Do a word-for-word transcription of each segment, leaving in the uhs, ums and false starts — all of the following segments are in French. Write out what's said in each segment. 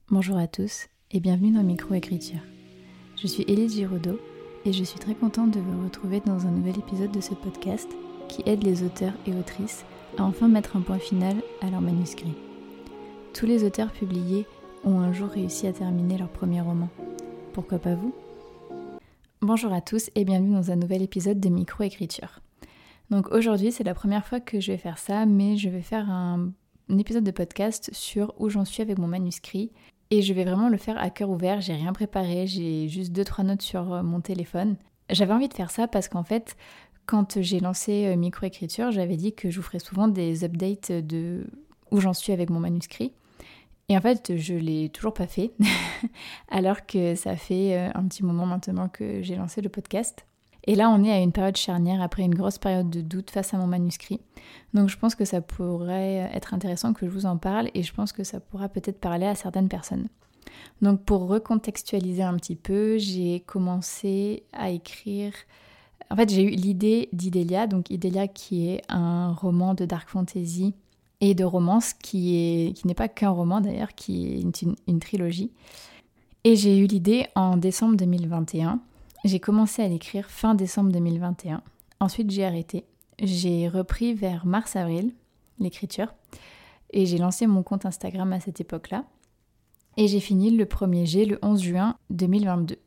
Bonjour à tous et bienvenue dans Microécriture. Je suis Élise Giraudot et je suis très contente de vous retrouver dans un nouvel épisode de ce podcast qui aide les auteurs et autrices à enfin mettre un point final à leur manuscrit. Tous les auteurs publiés ont un jour réussi à terminer leur premier roman. Pourquoi pas vous ? Bonjour à tous et bienvenue dans un nouvel épisode de Microécriture. Donc aujourd'hui c'est la première fois que je vais faire ça, mais je vais faire un, un épisode de podcast sur où j'en suis avec mon manuscrit. Et je vais vraiment le faire à cœur ouvert, j'ai rien préparé, j'ai juste deux trois notes sur mon téléphone. J'avais envie de faire ça parce qu'en fait, quand j'ai lancé Microécriture, j'avais dit que je vous ferais souvent des updates de où j'en suis avec mon manuscrit. Et en fait, je l'ai toujours pas fait, alors que ça fait un petit moment maintenant que j'ai lancé le podcast. Et là, on est à une période charnière après une grosse période de doute face à mon manuscrit. Donc je pense que ça pourrait être intéressant que je vous en parle et je pense que ça pourra peut-être parler à certaines personnes. Donc pour recontextualiser un petit peu, j'ai commencé à écrire... En fait, j'ai eu l'idée d'Idelia, donc Idelia qui est un roman de dark fantasy et de romance qui est qui n'est pas qu'un roman d'ailleurs, qui est une, une, une trilogie. Et j'ai eu l'idée en décembre deux mille vingt et un. J'ai commencé à l'écrire fin décembre deux mille vingt et un. Ensuite, j'ai arrêté. J'ai repris vers mars-avril l'écriture et j'ai lancé mon compte Instagram à cette époque-là. Et j'ai fini le premier jet le onze juin deux mille vingt-deux.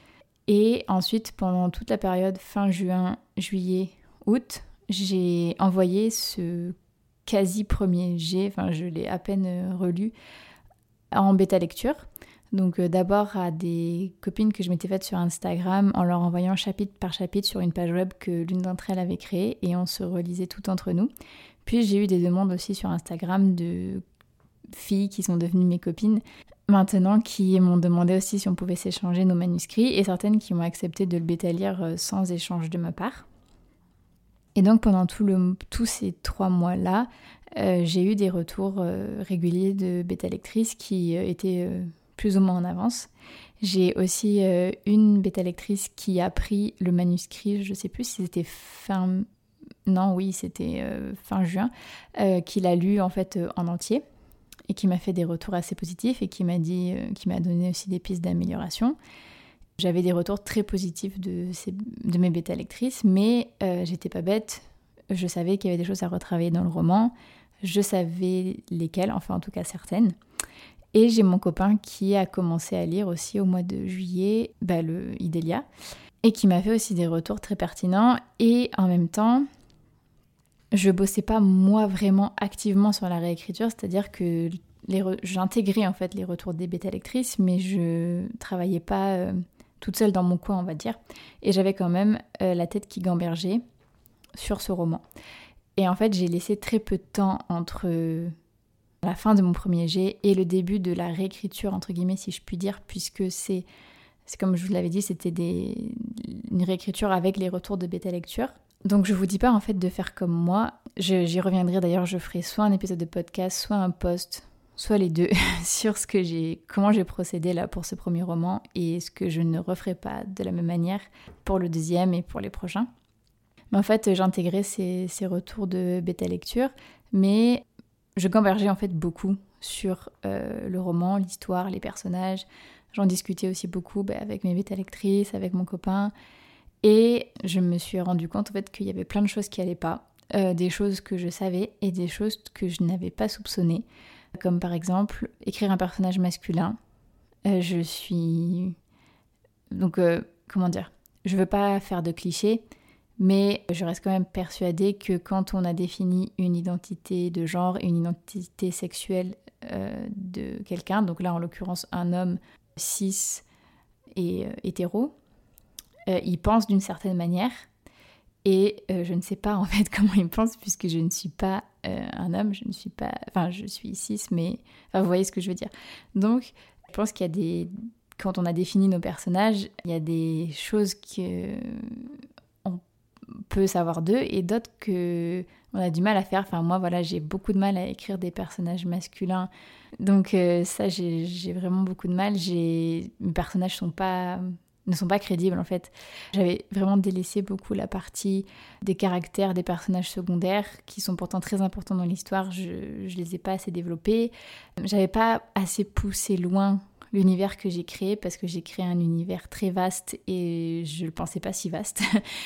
Et ensuite, pendant toute la période fin juin, juillet, août, j'ai envoyé ce quasi premier jet, enfin je l'ai à peine relu, en bêta lecture. Donc euh, d'abord à des copines que je m'étais faites sur Instagram en leur envoyant chapitre par chapitre sur une page web que l'une d'entre elles avait créée et on se relisait tout entre nous. Puis j'ai eu des demandes aussi sur Instagram de filles qui sont devenues mes copines maintenant, qui m'ont demandé aussi si on pouvait s'échanger nos manuscrits et certaines qui ont accepté de le bêta-lire sans échange de ma part. Et donc pendant tout le, tous ces trois mois-là, euh, j'ai eu des retours euh, réguliers de bêta-lectrices qui euh, étaient... Euh, plus ou moins en avance. J'ai aussi euh, une bêta-lectrice qui a pris le manuscrit, je ne sais plus si c'était fin... Non, oui, c'était euh, fin juin, euh, qui l'a lu en fait euh, en entier et qui m'a fait des retours assez positifs et qui m'a dit, euh, qui m'a donné aussi des pistes d'amélioration. J'avais des retours très positifs de, ces, de mes bêta-lectrices, mais euh, j'étais pas bête. Je savais qu'il y avait des choses à retravailler dans le roman. Je savais lesquelles, enfin en tout cas certaines. Et j'ai mon copain qui a commencé à lire aussi au mois de juillet, bah, le Idelia, et qui m'a fait aussi des retours très pertinents. Et en même temps, je bossais pas moi vraiment activement sur la réécriture, c'est-à-dire que les re... j'intégrais en fait les retours des bêta-lectrices, mais je travaillais pas euh, toute seule dans mon coin, on va dire. Et j'avais quand même euh, la tête qui gambergeait sur ce roman. Et en fait, j'ai laissé très peu de temps entre... Euh, la fin de mon premier jet et le début de la réécriture, entre guillemets, si je puis dire, puisque c'est, c'est comme je vous l'avais dit, c'était des, une réécriture avec les retours de bêta-lecture. Donc je vous dis pas en fait de faire comme moi, je, j'y reviendrai d'ailleurs, je ferai soit un épisode de podcast, soit un post, soit les deux, sur ce que j'ai, comment j'ai procédé là pour ce premier roman et ce que je ne referai pas de la même manière pour le deuxième et pour les prochains. Mais en fait, j'intégrais ces, ces retours de bêta-lecture, mais... Je gambergeais en fait beaucoup sur euh, le roman, l'histoire, les personnages. J'en discutais aussi beaucoup bah, avec mes bêta-lectrices, avec mon copain. Et je me suis rendu compte en fait qu'il y avait plein de choses qui n'allaient pas. Euh, des choses que je savais et des choses que je n'avais pas soupçonnées. Comme par exemple, écrire un personnage masculin. Euh, je suis... Donc, euh, comment dire ? Je veux pas faire de clichés. Mais je reste quand même persuadée que quand on a défini une identité de genre et une identité sexuelle euh, de quelqu'un, donc là en l'occurrence un homme cis et euh, hétéro, euh, il pense d'une certaine manière et euh, je ne sais pas en fait comment il pense puisque je ne suis pas euh, un homme, je ne suis pas, enfin je suis cis, mais enfin, vous voyez ce que je veux dire. Donc je pense qu'il y a des, quand on a défini nos personnages, il y a des choses que peut savoir d'eux et d'autres que on a du mal à faire. Enfin moi voilà, j'ai beaucoup de mal à écrire des personnages masculins, donc euh, ça j'ai, j'ai vraiment beaucoup de mal. J'ai... mes personnages sont pas ne sont pas crédibles en fait. J'avais vraiment délaissé beaucoup la partie des caractères des personnages secondaires qui sont pourtant très importants dans l'histoire, je, je les ai pas assez développés. J'avais pas assez poussé loin l'univers que j'ai créé parce que j'ai créé un univers très vaste et je le pensais pas si vaste,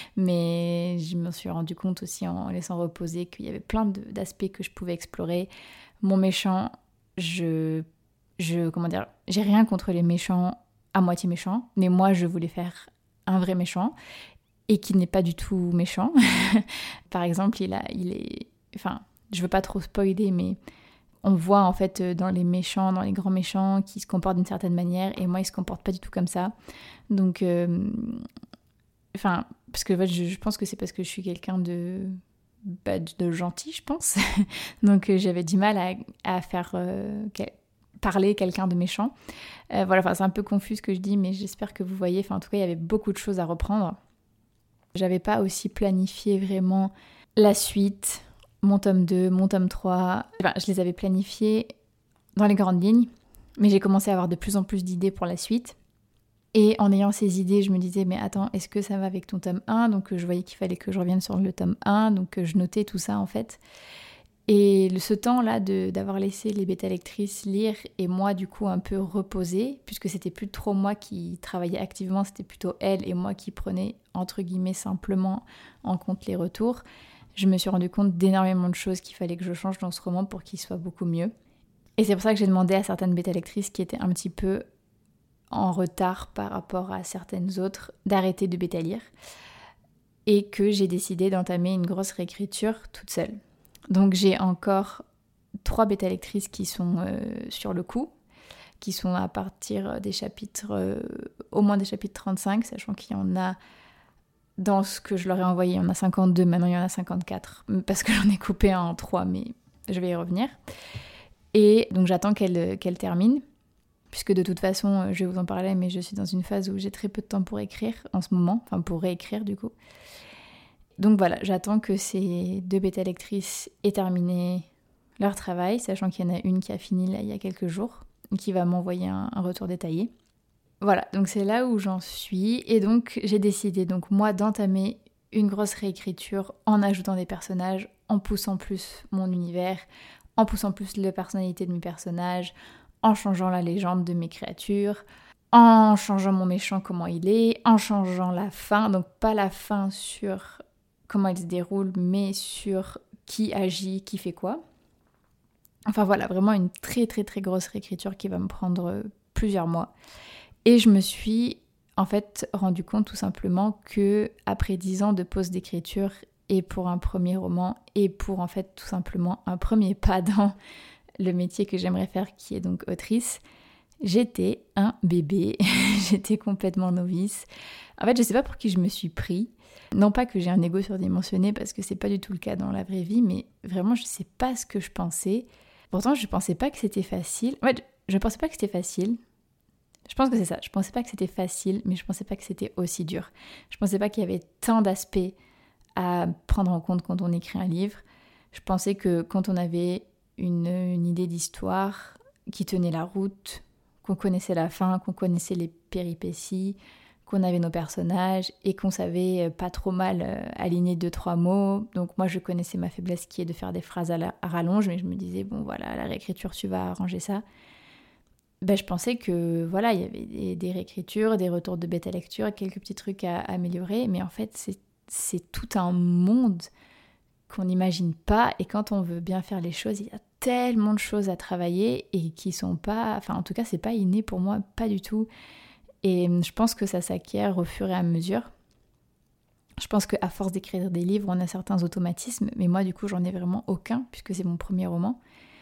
mais je me suis rendu compte aussi en laissant reposer qu'il y avait plein de, d'aspects que je pouvais explorer. Mon méchant, je, je, comment dire, j'ai rien contre les méchants à moitié méchant, mais moi je voulais faire un vrai méchant et qui n'est pas du tout méchant. Par exemple, il a, il est, enfin, je veux pas trop spoiler, mais on voit en fait dans les méchants, dans les grands méchants, qui se comportent d'une certaine manière, et moi il se comporte pas du tout comme ça. Donc, euh, enfin, parce que en fait, je, je pense que c'est parce que je suis quelqu'un de, bah, de gentil, je pense. Donc euh, j'avais du mal à, à faire euh, parler quelqu'un de méchant. Euh, voilà, enfin, c'est un peu confus ce que je dis, mais j'espère que vous voyez. Enfin, en tout cas, il y avait beaucoup de choses à reprendre. J'avais pas aussi planifié vraiment la suite, mon tome deux, mon tome trois. Enfin, je les avais planifiés dans les grandes lignes, mais j'ai commencé à avoir de plus en plus d'idées pour la suite. Et en ayant ces idées, je me disais, mais attends, est-ce que ça va avec ton tome un ? Donc je voyais qu'il fallait que je revienne sur le tome un, donc je notais tout ça en fait. Et ce temps-là de, d'avoir laissé les bêta-lectrices lire et moi du coup un peu reposer, puisque c'était plus trop moi qui travaillais activement, c'était plutôt elle et moi qui prenais entre guillemets simplement en compte les retours, je me suis rendu compte d'énormément de choses qu'il fallait que je change dans ce roman pour qu'il soit beaucoup mieux. Et c'est pour ça que j'ai demandé à certaines bêta-lectrices qui étaient un petit peu en retard par rapport à certaines autres d'arrêter de bêta-lire et que j'ai décidé d'entamer une grosse réécriture toute seule. Donc j'ai encore trois bêta-lectrices qui sont euh, sur le coup, qui sont à partir des chapitres, euh, au moins des chapitres trente-cinq, sachant qu'il y en a, dans ce que je leur ai envoyé, il y en a cinquante-deux, maintenant il y en a cinquante-quatre, parce que j'en ai coupé un en trois, mais je vais y revenir. Et donc j'attends qu'elle, qu'elle termine, puisque de toute façon, je vais vous en parler, mais je suis dans une phase où j'ai très peu de temps pour écrire en ce moment, enfin pour réécrire du coup. Donc voilà, j'attends que ces deux bêta-lectrices aient terminé leur travail, sachant qu'il y en a une qui a fini là il y a quelques jours, qui va m'envoyer un, un retour détaillé. Voilà, donc c'est là où j'en suis, et donc j'ai décidé donc moi d'entamer une grosse réécriture en ajoutant des personnages, en poussant plus mon univers, en poussant plus la personnalité de mes personnages, en changeant la légende de mes créatures, en changeant mon méchant comment il est, en changeant la fin, donc pas la fin sur comment il se déroule, mais sur qui agit, qui fait quoi. Enfin voilà, vraiment une très très très grosse réécriture qui va me prendre plusieurs mois. Et je me suis en fait rendu compte tout simplement que après dix ans de pause d'écriture et pour un premier roman et pour en fait tout simplement un premier pas dans le métier que j'aimerais faire qui est donc autrice, j'étais un bébé, j'étais complètement novice. En fait je sais pas pour qui je me suis pris. Non pas que j'ai un ego surdimensionné parce que c'est pas du tout le cas dans la vraie vie, mais vraiment je sais pas ce que je pensais. Pourtant je pensais pas que c'était facile. En fait je pensais pas que c'était facile. Je pense que c'est ça, je pensais pas que c'était facile, mais je pensais pas que c'était aussi dur. Je pensais pas qu'il y avait tant d'aspects à prendre en compte quand on écrit un livre. Je pensais que quand on avait une, une idée d'histoire qui tenait la route, qu'on connaissait la fin, qu'on connaissait les péripéties, qu'on avait nos personnages et qu'on savait pas trop mal aligner deux, trois mots. Donc moi je connaissais ma faiblesse qui est de faire des phrases à, la, à rallonge, mais je me disais bon voilà, la réécriture tu vas arranger ça. Ben, je pensais que voilà, il y avait des, des réécritures, des retours de bêta lecture, quelques petits trucs à, à améliorer, mais en fait c'est, c'est tout un monde qu'on n'imagine pas, et quand on veut bien faire les choses, il y a tellement de choses à travailler et qui sont pas, enfin en tout cas c'est pas inné pour moi, pas du tout, et je pense que ça s'acquiert au fur et à mesure. Je pense qu'à force d'écrire des livres, on a certains automatismes, mais moi du coup j'en ai vraiment aucun puisque c'est mon premier roman.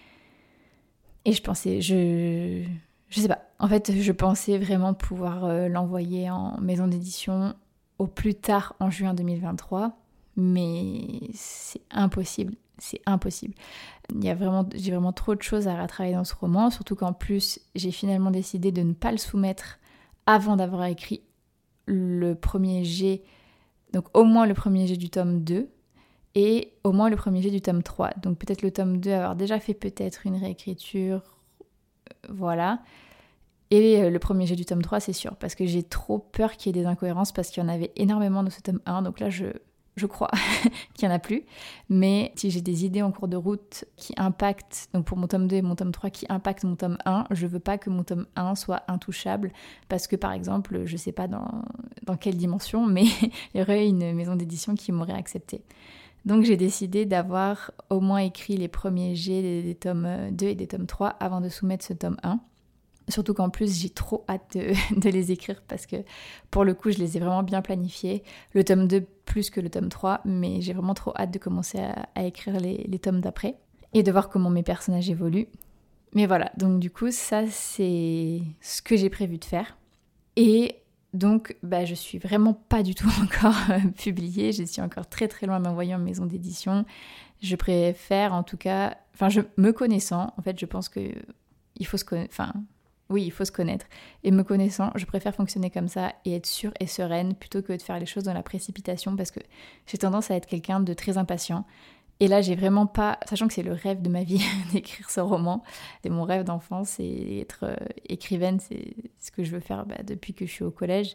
Et je pensais, je... Je sais pas, en fait je pensais vraiment pouvoir euh, l'envoyer en maison d'édition au plus tard en juin deux mille vingt-trois, mais c'est impossible, c'est impossible. Il y a vraiment, j'ai vraiment trop de choses à retravailler dans ce roman, surtout qu'en plus j'ai finalement décidé de ne pas le soumettre avant d'avoir écrit le premier jet, donc au moins le premier jet du tome deux, et au moins le premier jet du tome trois. Donc peut-être le tome deux avoir déjà fait peut-être une réécriture, voilà. Et le premier jet du tome trois, c'est sûr, parce que j'ai trop peur qu'il y ait des incohérences, parce qu'il y en avait énormément dans ce tome un, donc là je, je crois qu'il n'y en a plus. Mais si j'ai des idées en cours de route qui impactent, donc pour mon tome deux et mon tome trois, qui impactent mon tome un, je veux pas que mon tome un soit intouchable, parce que par exemple, je sais pas dans, dans quelle dimension, mais il y aurait une maison d'édition qui m'aurait accepté. Donc j'ai décidé d'avoir au moins écrit les premiers jets des, des tomes deux et des tomes trois avant de soumettre ce tome un. Surtout qu'en plus, j'ai trop hâte de, de les écrire parce que pour le coup, je les ai vraiment bien planifiés. Le tome deux plus que le tome trois, mais j'ai vraiment trop hâte de commencer à, à écrire les, les tomes d'après et de voir comment mes personnages évoluent. Mais voilà, donc du coup, ça, c'est ce que j'ai prévu de faire. Et donc, bah, je suis vraiment pas du tout encore publiée. Je suis encore très très loin d'envoyer en maison d'édition. Je préfère en tout cas... Enfin, je, me connaissant, en fait, je pense que il faut se connaître... Enfin, oui, il faut se connaître. Et me connaissant, je préfère fonctionner comme ça et être sûre et sereine plutôt que de faire les choses dans la précipitation parce que j'ai tendance à être quelqu'un de très impatient. Et là, j'ai vraiment pas... Sachant que c'est le rêve de ma vie d'écrire ce roman, c'est mon rêve d'enfance et être euh, écrivaine, c'est ce que je veux faire bah, depuis que je suis au collège.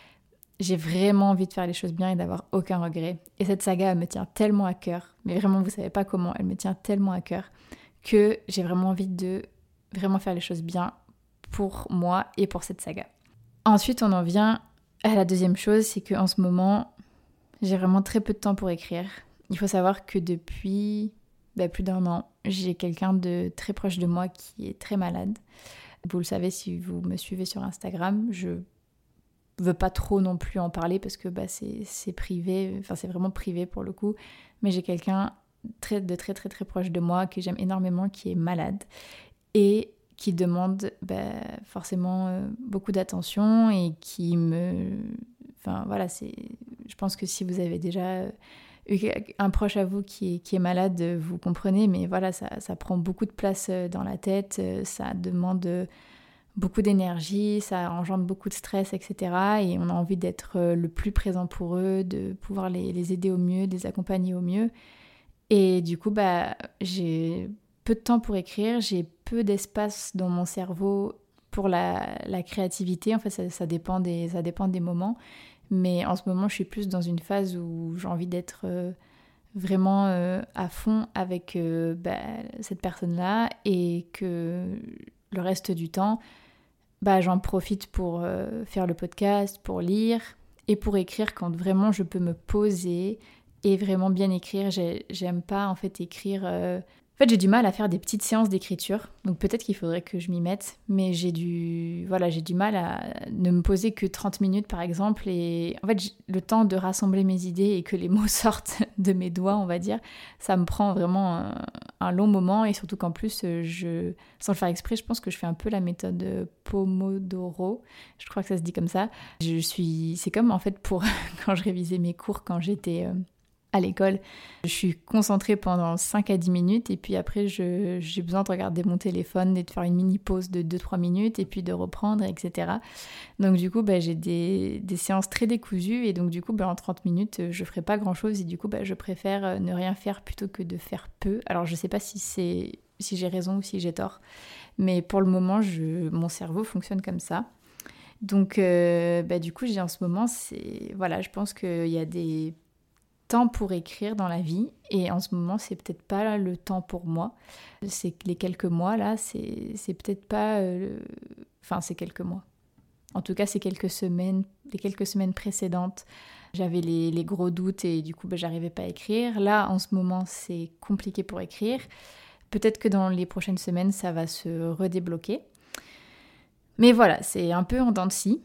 J'ai vraiment envie de faire les choses bien et d'avoir aucun regret. Et cette saga, elle me tient tellement à cœur, mais vraiment, vous savez pas comment, elle me tient tellement à cœur que j'ai vraiment envie de vraiment faire les choses bien pour moi et pour cette saga. Ensuite, on en vient à la deuxième chose, c'est qu'en ce moment, j'ai vraiment très peu de temps pour écrire. Il faut savoir que depuis bah, plus d'un an, j'ai quelqu'un de très proche de moi qui est très malade. Vous le savez si vous me suivez sur Instagram, je veux pas trop non plus en parler parce que bah, c'est, c'est privé, enfin c'est vraiment privé pour le coup, mais j'ai quelqu'un très, de très très très proche de moi que j'aime énormément qui est malade et qui demande bah, forcément euh, beaucoup d'attention et qui me... Enfin voilà, c'est... je pense que si vous avez déjà eu un proche à vous qui est, qui est malade, vous comprenez, mais voilà, ça, ça prend beaucoup de place dans la tête, ça demande beaucoup d'énergie, ça engendre beaucoup de stress, et cetera. Et on a envie d'être le plus présent pour eux, de pouvoir les, les aider au mieux, de les accompagner au mieux. Et du coup, bah, j'ai peu de temps pour écrire, j'ai peu d'espace dans mon cerveau pour la, la créativité. En fait, ça, ça, dépend des, ça dépend des moments. Mais en ce moment, je suis plus dans une phase où j'ai envie d'être euh, vraiment euh, à fond avec euh, bah, cette personne-là et que le reste du temps, bah, j'en profite pour euh, faire le podcast, pour lire et pour écrire quand vraiment je peux me poser et vraiment bien écrire. J'ai, j'aime pas en fait écrire... Euh... En fait, j'ai du mal à faire des petites séances d'écriture, donc peut-être qu'il faudrait que je m'y mette, mais j'ai du, voilà, j'ai du mal à ne me poser que trente minutes par exemple, et en fait, j'ai le temps de rassembler mes idées et que les mots sortent de mes doigts, on va dire, ça me prend vraiment un, un long moment, et surtout qu'en plus, je, sans le faire exprès, je pense que je fais un peu la méthode Pomodoro, je crois que ça se dit comme ça. Je suis, c'est comme en fait pour quand je révisais mes cours quand j'étais... Euh, à l'école, je suis concentrée pendant cinq à dix minutes et puis après je, j'ai besoin de regarder mon téléphone et de faire une mini pause de deux à trois minutes et puis de reprendre, et cetera. Donc du coup bah, j'ai des, des séances très décousues et donc du coup bah, en trente minutes je ferai pas grand chose et du coup bah, je préfère ne rien faire plutôt que de faire peu. Alors je sais pas si, c'est, si j'ai raison ou si j'ai tort, mais pour le moment je, mon cerveau fonctionne comme ça. Donc euh, bah, du coup j'ai en ce moment, c'est, voilà, je pense qu'il y a des temps pour écrire dans la vie et en ce moment c'est peut-être pas le temps pour moi, c'est les quelques mois là, c'est, c'est peut-être pas euh, enfin c'est quelques mois, en tout cas c'est quelques semaines, les quelques semaines précédentes j'avais les, les gros doutes et du coup bah, j'arrivais pas à écrire. Là en ce moment c'est compliqué pour écrire, peut-être que dans les prochaines semaines ça va se redébloquer, mais voilà, c'est un peu en dents de scie.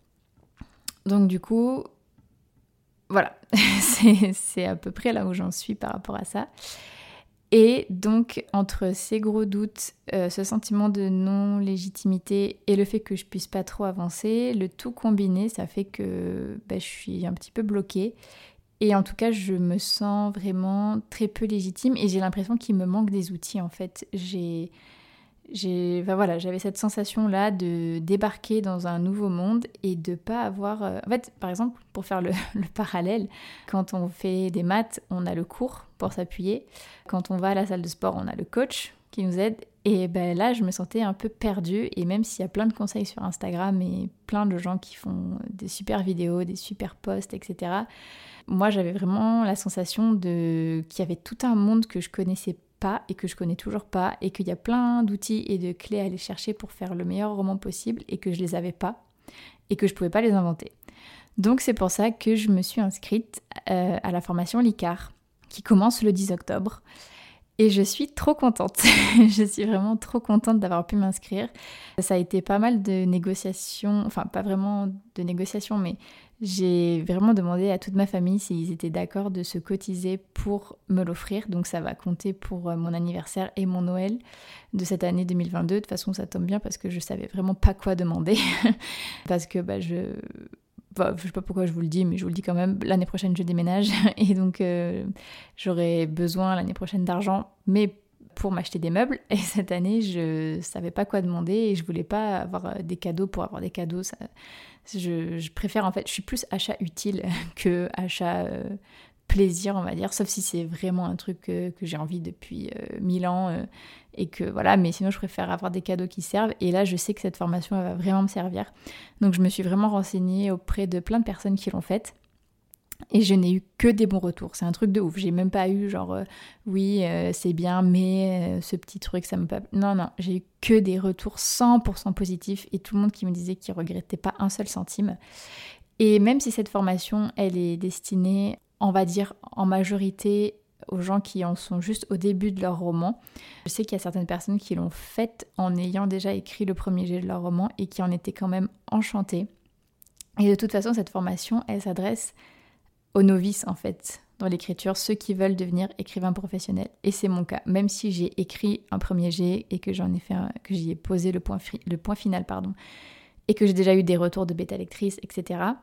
Donc du coup voilà, c'est, c'est à peu près là où j'en suis par rapport à ça. Et donc, entre ces gros doutes, euh, ce sentiment de non-légitimité et le fait que je puisse pas trop avancer, le tout combiné, ça fait que bah, je suis un petit peu bloquée. Et en tout cas, je me sens vraiment très peu légitime et j'ai l'impression qu'il me manque des outils en fait. J'ai... J'ai, enfin voilà, j'avais cette sensation-là de débarquer dans un nouveau monde et de pas avoir... Euh... En fait, par exemple, pour faire le, le parallèle, quand on fait des maths, on a le cours pour s'appuyer. Quand on va à la salle de sport, on a le coach qui nous aident. Et ben là, je me sentais un peu perdue. Et même s'il y a plein de conseils sur Instagram et plein de gens qui font des super vidéos, des super posts, et cetera, moi, j'avais vraiment la sensation de... qu'il y avait tout un monde que je connaissais pas et que je connais toujours pas, et qu'il y a plein d'outils et de clés à aller chercher pour faire le meilleur roman possible, et que je les avais pas, et que je pouvais pas les inventer. Donc c'est pour ça que je me suis inscrite euh, à la formation Licard, qui commence le dix octobre. Et je suis trop contente, je suis vraiment trop contente d'avoir pu m'inscrire. Ça a été pas mal de négociations, enfin pas vraiment de négociations, mais j'ai vraiment demandé à toute ma famille s'ils étaient d'accord de se cotiser pour me l'offrir. Donc ça va compter pour mon anniversaire et mon Noël de cette année deux mille vingt-deux. De toute façon ça tombe bien parce que je savais vraiment pas quoi demander. Parce que bah, je... Bah, je sais pas pourquoi je vous le dis, mais je vous le dis quand même, l'année prochaine je déménage et donc euh, j'aurai besoin l'année prochaine d'argent, mais pour m'acheter des meubles. Et cette année je savais pas quoi demander et je voulais pas avoir des cadeaux pour avoir des cadeaux. Ça, je, je préfère en fait, je suis plus achat utile que achat euh, plaisir, on va dire, sauf si c'est vraiment un truc que, que j'ai envie depuis euh, mille ans euh, et que voilà, mais sinon je préfère avoir des cadeaux qui servent. Et là je sais que cette formation elle va vraiment me servir, donc je me suis vraiment renseignée auprès de plein de personnes qui l'ont faite et je n'ai eu que des bons retours. C'est un truc de ouf, j'ai même pas eu genre euh, oui euh, c'est bien mais euh, ce petit truc ça me pas... non non, j'ai eu que des retours cent pour cent positifs et tout le monde qui me disait qu'il regrettait pas un seul centime. Et même si cette formation elle est destinée, on va dire en majorité aux gens qui en sont juste au début de leur roman. Je sais qu'il y a certaines personnes qui l'ont faite en ayant déjà écrit le premier jet de leur roman et qui en étaient quand même enchantées. Et de toute façon, cette formation, elle s'adresse aux novices en fait, dans l'écriture, ceux qui veulent devenir écrivains professionnels. Et c'est mon cas. Même si j'ai écrit un premier jet et que j'en ai fait un, que j'y ai posé le point, fi- le point final, pardon, et que j'ai déjà eu des retours de bêta lectrices, et cetera,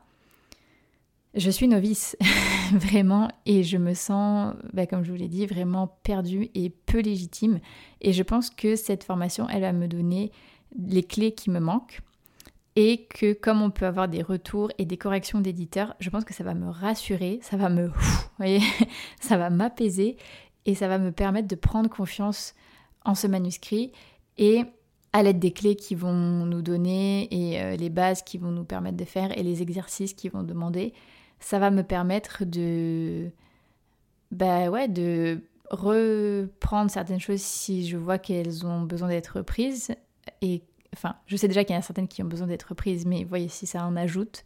je suis novice, vraiment, et je me sens, bah, comme je vous l'ai dit, vraiment perdue et peu légitime. Et je pense que cette formation, elle va me donner les clés qui me manquent. Et que comme on peut avoir des retours et des corrections d'éditeurs, je pense que ça va me rassurer, ça va me... Vous voyez, ça va m'apaiser et ça va me permettre de prendre confiance en ce manuscrit. Et à l'aide des clés qu'ils vont nous donner et euh, les bases qu'ils vont nous permettre de faire et les exercices qu'ils vont demander, ça va me permettre de, bah ouais, de reprendre certaines choses si je vois qu'elles ont besoin d'être reprises. Et enfin, je sais déjà qu'il y en a certaines qui ont besoin d'être reprises, mais voyez si ça en ajoute.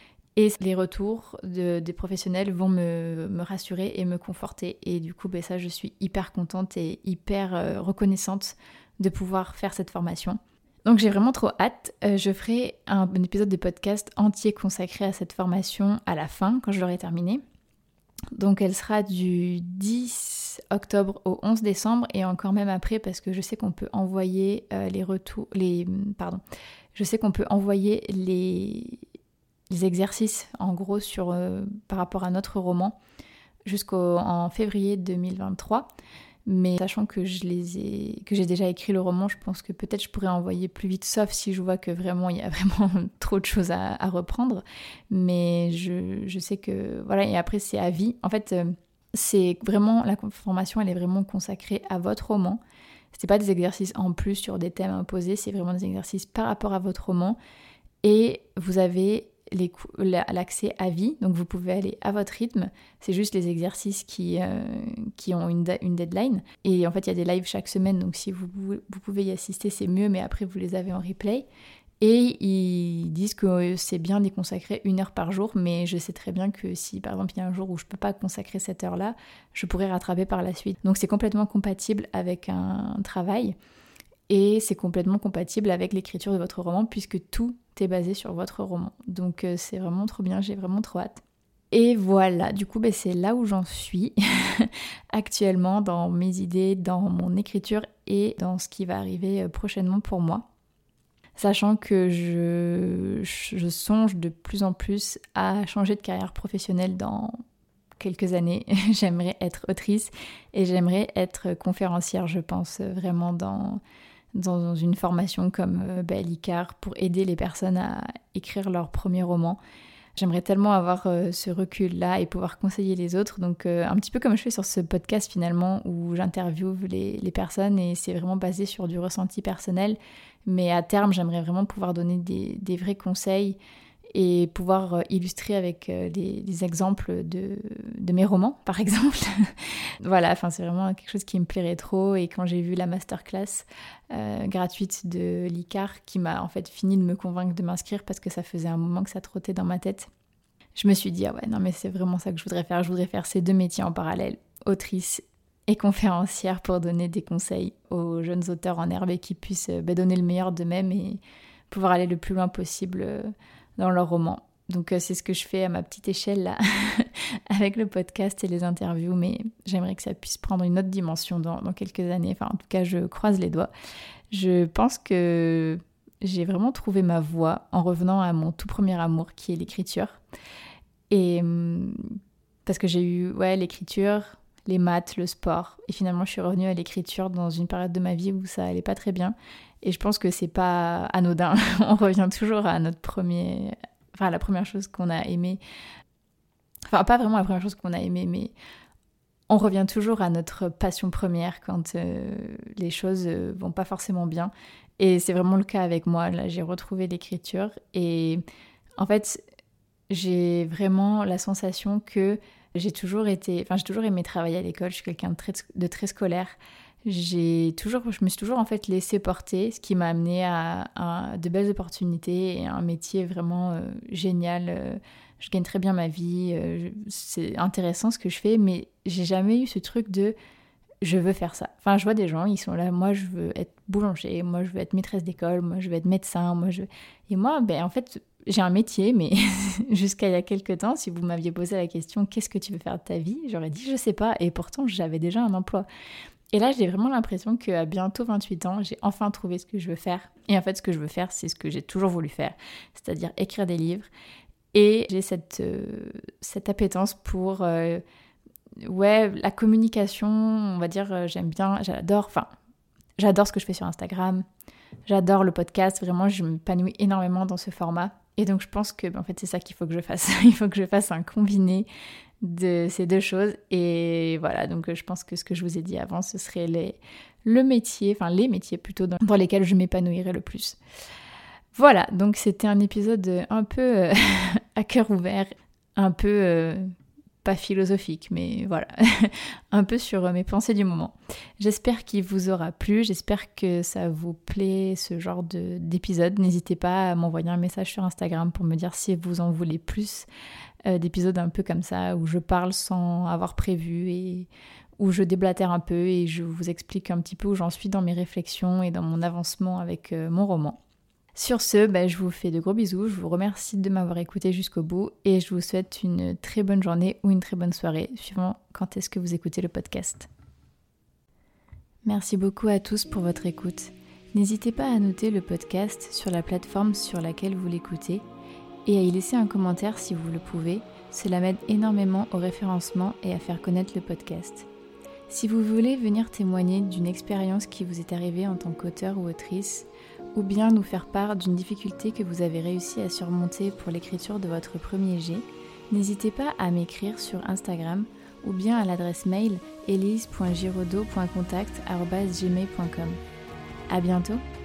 Et les retours de, des professionnels vont me, me rassurer et me conforter. Et du coup, bah, ça, je suis hyper contente et hyper euh, reconnaissante de pouvoir faire cette formation. Donc j'ai vraiment trop hâte. Euh, je ferai un, un épisode de podcast entier consacré à cette formation à la fin, quand je l'aurai terminée. Donc elle sera du dix octobre au onze décembre et encore même après parce que je sais qu'on peut envoyer euh, les retours, les pardon, je sais qu'on peut envoyer les, les exercices en gros sur euh, par rapport à notre roman jusqu'en février deux mille vingt-trois. Mais sachant que je les ai, que j'ai déjà écrit le roman, je pense que peut-être je pourrais envoyer plus vite, sauf si je vois que vraiment il y a vraiment trop de choses à, à reprendre. Mais je, je sais que voilà, et après c'est à vie. En fait, euh, c'est vraiment la formation, elle est vraiment consacrée à votre roman. C'est pas des exercices en plus sur des thèmes imposés, c'est vraiment des exercices par rapport à votre roman. Et vous avez les, l'accès à vie, donc vous pouvez aller à votre rythme, c'est juste les exercices qui, euh, qui ont une, une deadline, et en fait il y a des lives chaque semaine, donc si vous, vous pouvez y assister c'est mieux, mais après vous les avez en replay, et ils disent que c'est bien d'y consacrer une heure par jour, mais je sais très bien que si par exemple il y a un jour où je peux pas consacrer cette heure-là, je pourrais rattraper par la suite, donc c'est complètement compatible avec un travail, et c'est complètement compatible avec l'écriture de votre roman puisque tout est basé sur votre roman. Donc euh, c'est vraiment trop bien, j'ai vraiment trop hâte. Et voilà, du coup bah, c'est là où j'en suis actuellement dans mes idées, dans mon écriture et dans ce qui va arriver prochainement pour moi. Sachant que je, je songe de plus en plus à changer de carrière professionnelle dans quelques années. J'aimerais être autrice et j'aimerais être conférencière, je pense, vraiment dans... dans une formation comme euh, bah, Licard pour aider les personnes à écrire leur premier roman. J'aimerais tellement avoir euh, ce recul-là et pouvoir conseiller les autres. Donc euh, un petit peu comme je fais sur ce podcast finalement, où j'interviewe les, les personnes et c'est vraiment basé sur du ressenti personnel. Mais à terme, j'aimerais vraiment pouvoir donner des, des vrais conseils et pouvoir euh, illustrer avec euh, des, des exemples de, de mes romans, par exemple. Voilà, enfin c'est vraiment quelque chose qui me plairait trop. Et quand j'ai vu la masterclass euh, gratuite de l'I C A R, qui m'a en fait fini de me convaincre de m'inscrire parce que ça faisait un moment que ça trottait dans ma tête, je me suis dit, ah ouais, non mais c'est vraiment ça que je voudrais faire. Je voudrais faire ces deux métiers en parallèle, autrice et conférencière, pour donner des conseils aux jeunes auteurs en herbe et qui puissent euh, bah, donner le meilleur d'eux-mêmes et pouvoir aller le plus loin possible euh, dans leur roman. Donc euh, c'est ce que je fais à ma petite échelle là, avec le podcast et les interviews, mais j'aimerais que ça puisse prendre une autre dimension dans, dans quelques années. Enfin, en tout cas, je croise les doigts. Je pense que j'ai vraiment trouvé ma voie en revenant à mon tout premier amour, qui est l'écriture. Et parce que j'ai eu ouais, l'écriture, les maths, le sport, et finalement je suis revenue à l'écriture dans une période de ma vie où ça allait pas très bien. Et je pense que c'est pas anodin. On revient toujours à notre premier, enfin la première chose qu'on a aimée. Enfin pas vraiment la première chose qu'on a aimée, mais on revient toujours à notre passion première quand euh, les choses euh, vont pas forcément bien. Et c'est vraiment le cas avec moi. Là, j'ai retrouvé l'écriture et en fait, j'ai vraiment la sensation que j'ai toujours été, enfin j'ai toujours aimé travailler à l'école. Je suis quelqu'un de très, de très scolaire. J'ai toujours, je me suis toujours en fait laissée porter, ce qui m'a amené à, à de belles opportunités et à un métier vraiment euh, génial. Euh, je gagne très bien ma vie, euh, je, c'est intéressant ce que je fais, mais j'ai jamais eu ce truc de je veux faire ça. Enfin, je vois des gens, ils sont là, moi je veux être boulanger, moi je veux être maîtresse d'école, moi je veux être médecin, moi je... Et moi, ben en fait, j'ai un métier, mais jusqu'à il y a quelques temps, si vous m'aviez posé la question qu'est-ce que tu veux faire de ta vie, j'aurais dit je sais pas, et pourtant j'avais déjà un emploi. Et là, j'ai vraiment l'impression qu'à bientôt vingt-huit ans, j'ai enfin trouvé ce que je veux faire. Et en fait, ce que je veux faire, c'est ce que j'ai toujours voulu faire, c'est-à-dire écrire des livres. Et j'ai cette, euh, cette appétence pour euh, ouais, la communication, on va dire, euh, j'aime bien, j'adore, enfin, j'adore ce que je fais sur Instagram, j'adore le podcast, vraiment, je m'épanouis énormément dans ce format. Et donc, je pense que, en fait, c'est ça qu'il faut que je fasse. Il faut que je fasse un combiné de ces deux choses. Et voilà, donc je pense que ce que je vous ai dit avant, ce serait les, le métier, enfin les métiers plutôt, dans, dans lesquels je m'épanouirais le plus. Voilà, donc c'était un épisode un peu euh, à cœur ouvert, un peu... Euh, pas philosophique, mais voilà, un peu sur mes pensées du moment. J'espère qu'il vous aura plu, j'espère que ça vous plaît ce genre de, d'épisode. N'hésitez pas à m'envoyer un message sur Instagram pour me dire si vous en voulez plus euh, d'épisodes un peu comme ça, où je parle sans avoir prévu et où je déblatère un peu et je vous explique un petit peu où j'en suis dans mes réflexions et dans mon avancement avec euh, mon roman. Sur ce, bah, je vous fais de gros bisous, je vous remercie de m'avoir écouté jusqu'au bout et je vous souhaite une très bonne journée ou une très bonne soirée, suivant quand est-ce que vous écoutez le podcast. Merci beaucoup à tous pour votre écoute. N'hésitez pas à noter le podcast sur la plateforme sur laquelle vous l'écoutez et à y laisser un commentaire si vous le pouvez, cela m'aide énormément au référencement et à faire connaître le podcast. Si vous voulez venir témoigner d'une expérience qui vous est arrivée en tant qu'auteur ou autrice, ou bien nous faire part d'une difficulté que vous avez réussi à surmonter pour l'écriture de votre premier jet, n'hésitez pas à m'écrire sur Instagram ou bien à l'adresse mail elise point giraudot point contact arobase gmail point com. À bientôt!